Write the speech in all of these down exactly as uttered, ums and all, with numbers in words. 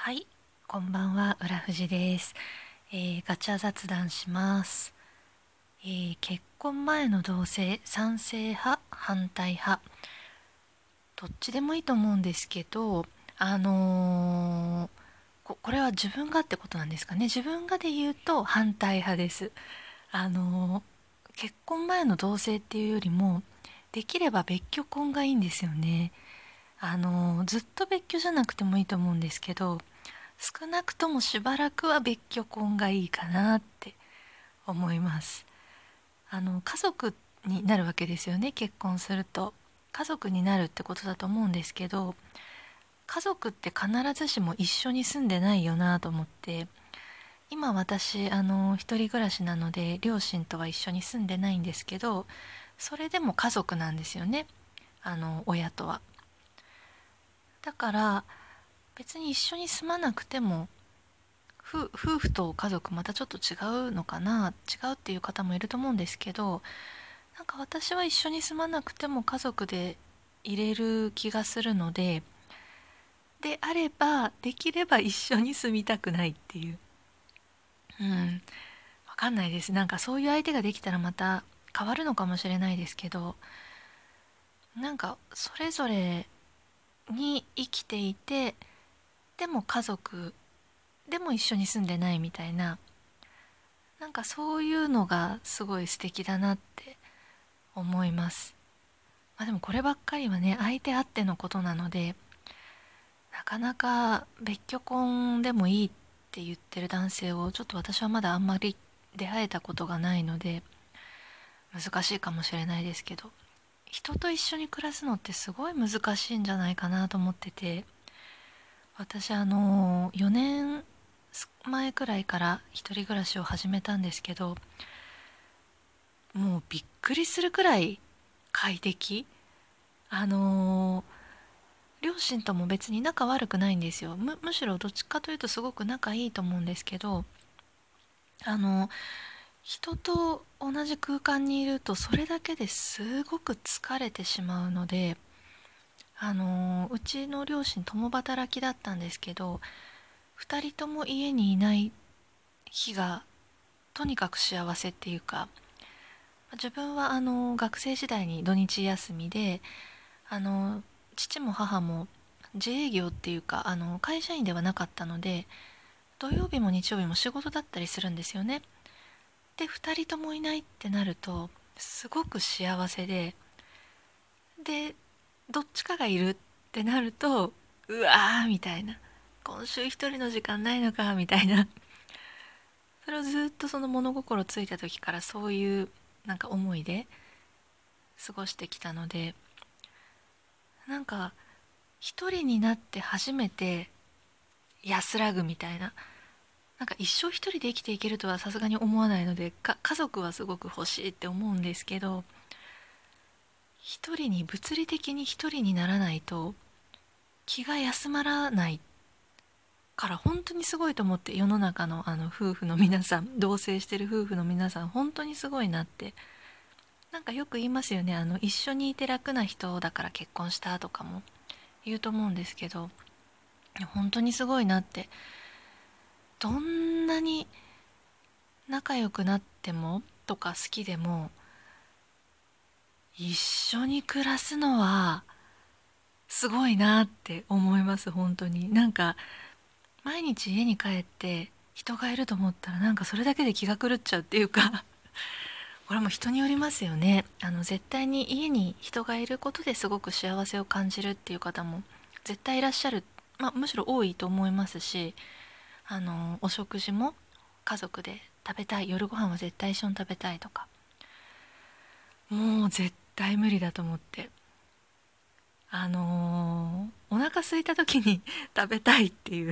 はい、こんばんは、浦富士です。えーガチャ雑談します。えー結婚前の同棲、賛成派、反対派、どっちでもいいと思うんですけど、あのーこ、これは自分がってことなんですかね。自分がで言うと反対派です。あのー結婚前の同棲っていうよりも、できれば別居婚がいいんですよね。あのーずっと別居じゃなくてもいいと思うんですけど、少なくともしばらくは別居婚がいいかなって思います。あの家族になるわけですよね。結婚すると家族になるってことだと思うんですけど、家族って必ずしも一緒に住んでないよなと思って。今私あの一人暮らしなので両親とは一緒に住んでないんですけど、それでも家族なんですよね、あの親とは。だから別に一緒に住まなくても、夫夫婦と家族またちょっと違うのかな、違うっていう方もいると思うんですけど、なんか私は一緒に住まなくても家族でいれる気がするので、であればできれば一緒に住みたくないっていう。うん、わかんないです。なんかそういう相手ができたらまた変わるのかもしれないですけど、なんかそれぞれに生きていて、でも家族でも一緒に住んでないみたいな、なんかそういうのがすごい素敵だなって思います。まあ、でもこればっかりはね、相手あってのことなので、なかなか別居婚でもいいって言ってる男性をちょっと私はまだあんまり出会えたことがないので難しいかもしれないですけど、人と一緒に暮らすのってすごい難しいんじゃないかなと思ってて、私あのよねんまえくらいから一人暮らしを始めたんですけど、もうびっくりするくらい快適。あのー両親とも別に仲悪くないんですよ。む、むしろどっちかというとすごく仲いいと思うんですけど、あの人と同じ空間にいるとそれだけですごく疲れてしまうので、あのうちの両親共働きだったんですけど、ふたりとも家にいない日がとにかく幸せっていうか、自分はあの学生時代に土日休みで、あの父も母も自営業っていうか、あの会社員ではなかったので、土曜日も日曜日も仕事だったりするんですよね。でふたりともいないってなるとすごく幸せで、でどっちかがいるってなると、うわーみたいな、今週一人の時間ないのかみたいな。それをずっとその物心ついた時からそういうなんか思いで過ごしてきたので、なんか一人になって初めて安らぐみたいな。なんか一生一人で生きていけるとはさすがに思わないので、か家族はすごく欲しいって思うんですけど、一人に物理的に一人にならないと気が休まらないから本当にすごいと思って。世の中のあの夫婦の皆さん、同棲してる夫婦の皆さん本当にすごいなって。なんかよく言いますよね。あの一緒にいて楽な人だから結婚したとかも言うと思うんですけど、本当にすごいなって。どんなに仲良くなってもとか好きでも、一緒に暮らすのはすごいなって思います。本当になんか毎日家に帰って人がいると思ったらなんかそれだけで気が狂っちゃうっていうかこれも人によりますよね。あの絶対に家に人がいることですごく幸せを感じるっていう方も絶対いらっしゃる、まあ、むしろ多いと思いますし、あのお食事も家族で食べたい、夜ご飯は絶対一緒に食べたいとか、もう絶対無理だと思って。あのーお腹空いた時に食べたいっていう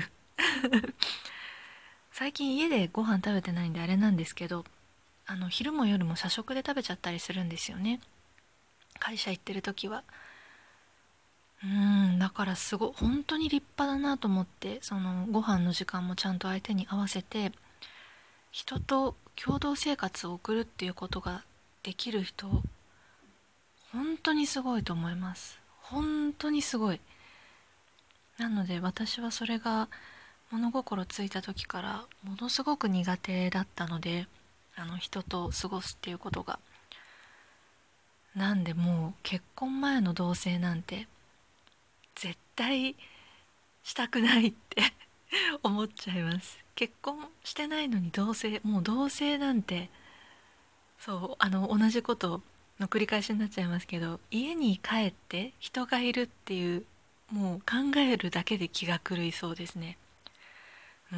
最近家でご飯食べてないんであれなんですけど、あの昼も夜も社食で食べちゃったりするんですよね、会社行ってる時は。うーんだからすごい本当に立派だなと思って。そのご飯の時間もちゃんと相手に合わせて人と共同生活を送るっていうことができる人、本当にすごいと思います。本当にすごい。なので私はそれが物心ついた時からものすごく苦手だったので、あの人と過ごすっていうことが。なんでもう結婚前の同棲なんて絶対したくないって思っちゃいます。結婚してないのに同棲、もう同棲なんて、そうあの同じことの繰り返しになっちゃいますけど、家に帰って人がいるっていう、もう考えるだけで気が狂いそうですね。うん、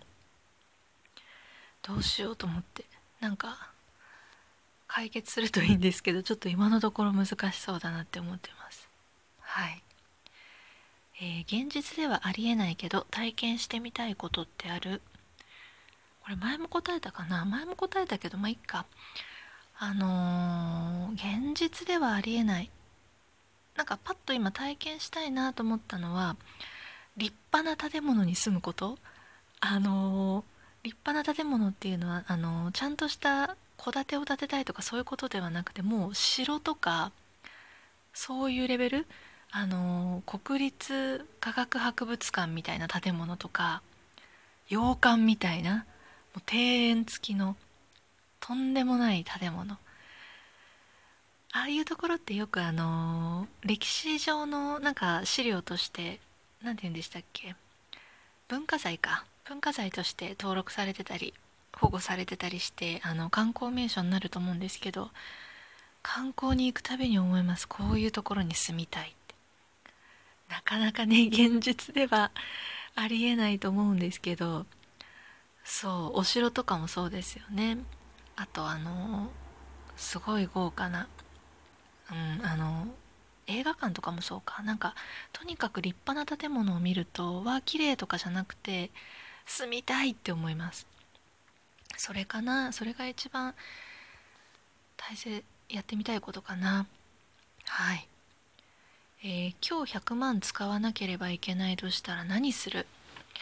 どうしようと思って、なんか解決するといいんですけど、ちょっと今のところ難しそうだなって思ってます。はい。えー現実ではありえないけど体験してみたいことってある？これ前も答えたかな、前も答えたけどまあいっか。あのー現実ではありえない、なんかパッと今体験したいなと思ったのは、立派な建物に住むこと。あのー立派な建物っていうのはあのーちゃんとした戸建てを建てたいとかそういうことではなくて、もう城とかそういうレベル、あのー国立科学博物館みたいな建物とか、洋館みたいな、もう庭園付きのとんでもない建物、ああいうところってよくあのー歴史上のなんか資料として、何て言うんでしたっけ、文化財か、文化財として登録されてたり保護されてたりして、あの観光名所になると思うんですけど、観光に行くたびに思います。こういうところに住みたいって。なかなかね、現実ではありえないと思うんですけど、そう、お城とかもそうですよね。あとあのすごい豪華な、うん、あの映画館とかもそうかなんか、とにかく立派な建物を見ると、わあ綺麗とかじゃなくて住みたいって思います。それかな、それが一番大切、やってみたいことかな。はい。えー今日ひゃくまん使わなければいけないとしたら何する？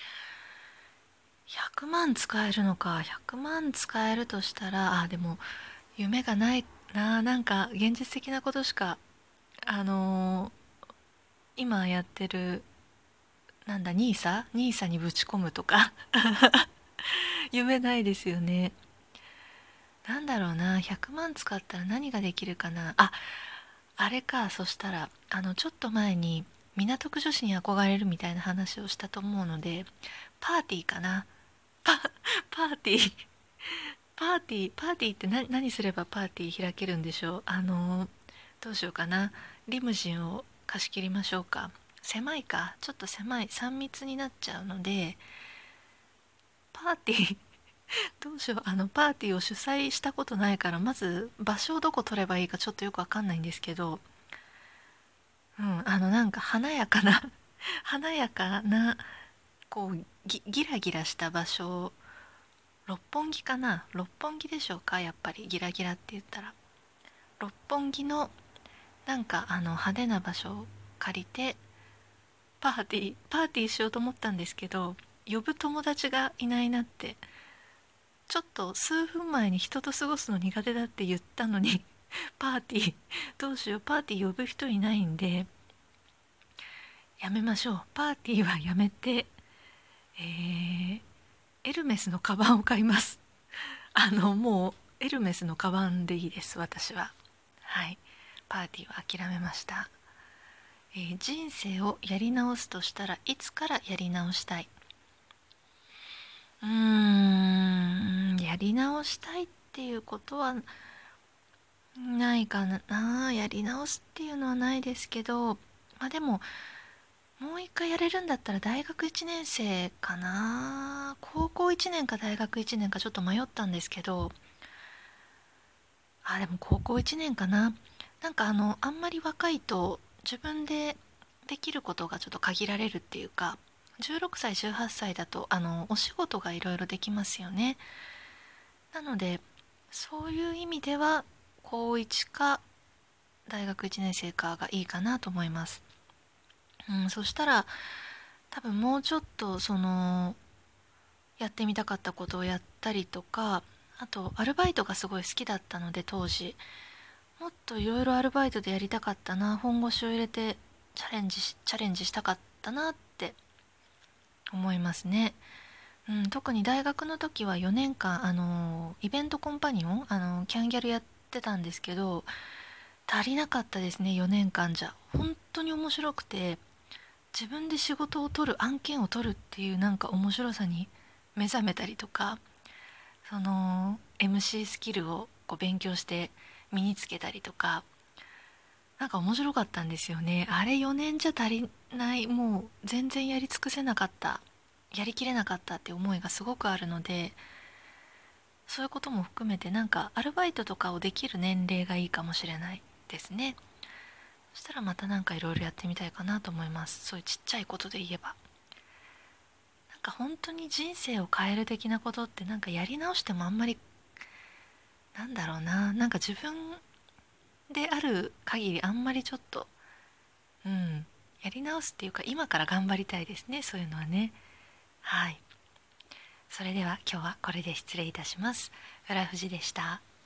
ひゃく 万使えるのか。ひゃくまん使えるとしたら、あでも夢がないな。なんか現実的なことしか、あのー今やってる、なんだ、ニーサニーサにぶち込むとか夢ないですよね。なんだろうな、ひゃくまん使ったら何ができるかなあ。あれか、そしたらあのちょっと前に港区女子に憧れるみたいな話をしたと思うので、パーティーかな。パ、パーティーパーティーパーティーって何、何すればパーティー開けるんでしょう。あのどうしようかな。リムジンを貸し切りましょうか。狭いか、ちょっと狭い、さん密になっちゃうので、パーティーどうしよう。あのパーティーを主催したことないから、まず場所をどこ取ればいいかちょっとよくわかんないんですけど、うん、あのなんか華やかな華やかな、こうギ、ギラギラした場所、六本木かな、六本木でしょうか、やっぱりギラギラって言ったら。六本木のなんかあの派手な場所を借りて、パーティーパーティーしようと思ったんですけど、呼ぶ友達がいないなって。ちょっと数分前に人と過ごすの苦手だって言ったのにパーティー、どうしよう、パーティー呼ぶ人いないんで、やめましょう。パーティーはやめて、えー、エルメスのカバンを買います。あのもうエルメスのカバンでいいです、私は。はい。パーティーは諦めました。えー人生をやり直すとしたらいつからやり直したい？うーん、やり直したいっていうことはないかな。やり直すっていうのはないですけど、まあでも、もう一回やれるんだったら大学いちねん生かな。高校いちねんか大学いちねんかちょっと迷ったんですけど、あ、でも高校いちねんかな。なんかあの、あんまり若いと自分でできることがちょっと限られるっていうか、じゅうろくさい、じゅうはっさいだと、あの、お仕事がいろいろできますよね。なので、そういう意味では、高いちか大学いちねん生かがいいかなと思います。うん、そしたら、多分もうちょっと、その、やってみたかったことをやったりとか、あと、アルバイトがすごい好きだったので、当時。もっといろいろアルバイトでやりたかったな、本腰を入れてチャレンジし、チャレンジしたかったなって思いますね。うん、特に大学の時はよねんかんあのイベントコンパニオンあのキャンギャルやってたんですけど、足りなかったですね。よねんかんじゃ本当に面白くて、自分で仕事を取る案件を取るっていうなんか面白さに目覚めたりとか、その エムシー スキルをこう勉強して身につけたりとか、なんか面白かったんですよね。あれよねんじゃ足りない、もう全然やり尽くせなかった、やりきれなかったって思いがすごくあるので、そういうことも含めてなんかアルバイトとかをできる年齢がいいかもしれないですね。そしたらまたなんかいろいろやってみたいかなと思います。そういうちっちゃいことで言えば。なんか本当に人生を変える的なことってなんかやり直してもあんまり、なんだろうな、なんか自分である限りあんまりちょっと、うん、やり直すっていうか今から頑張りたいですね、そういうのはね。はい。それでは今日はこれで失礼いたします。浦富士でした。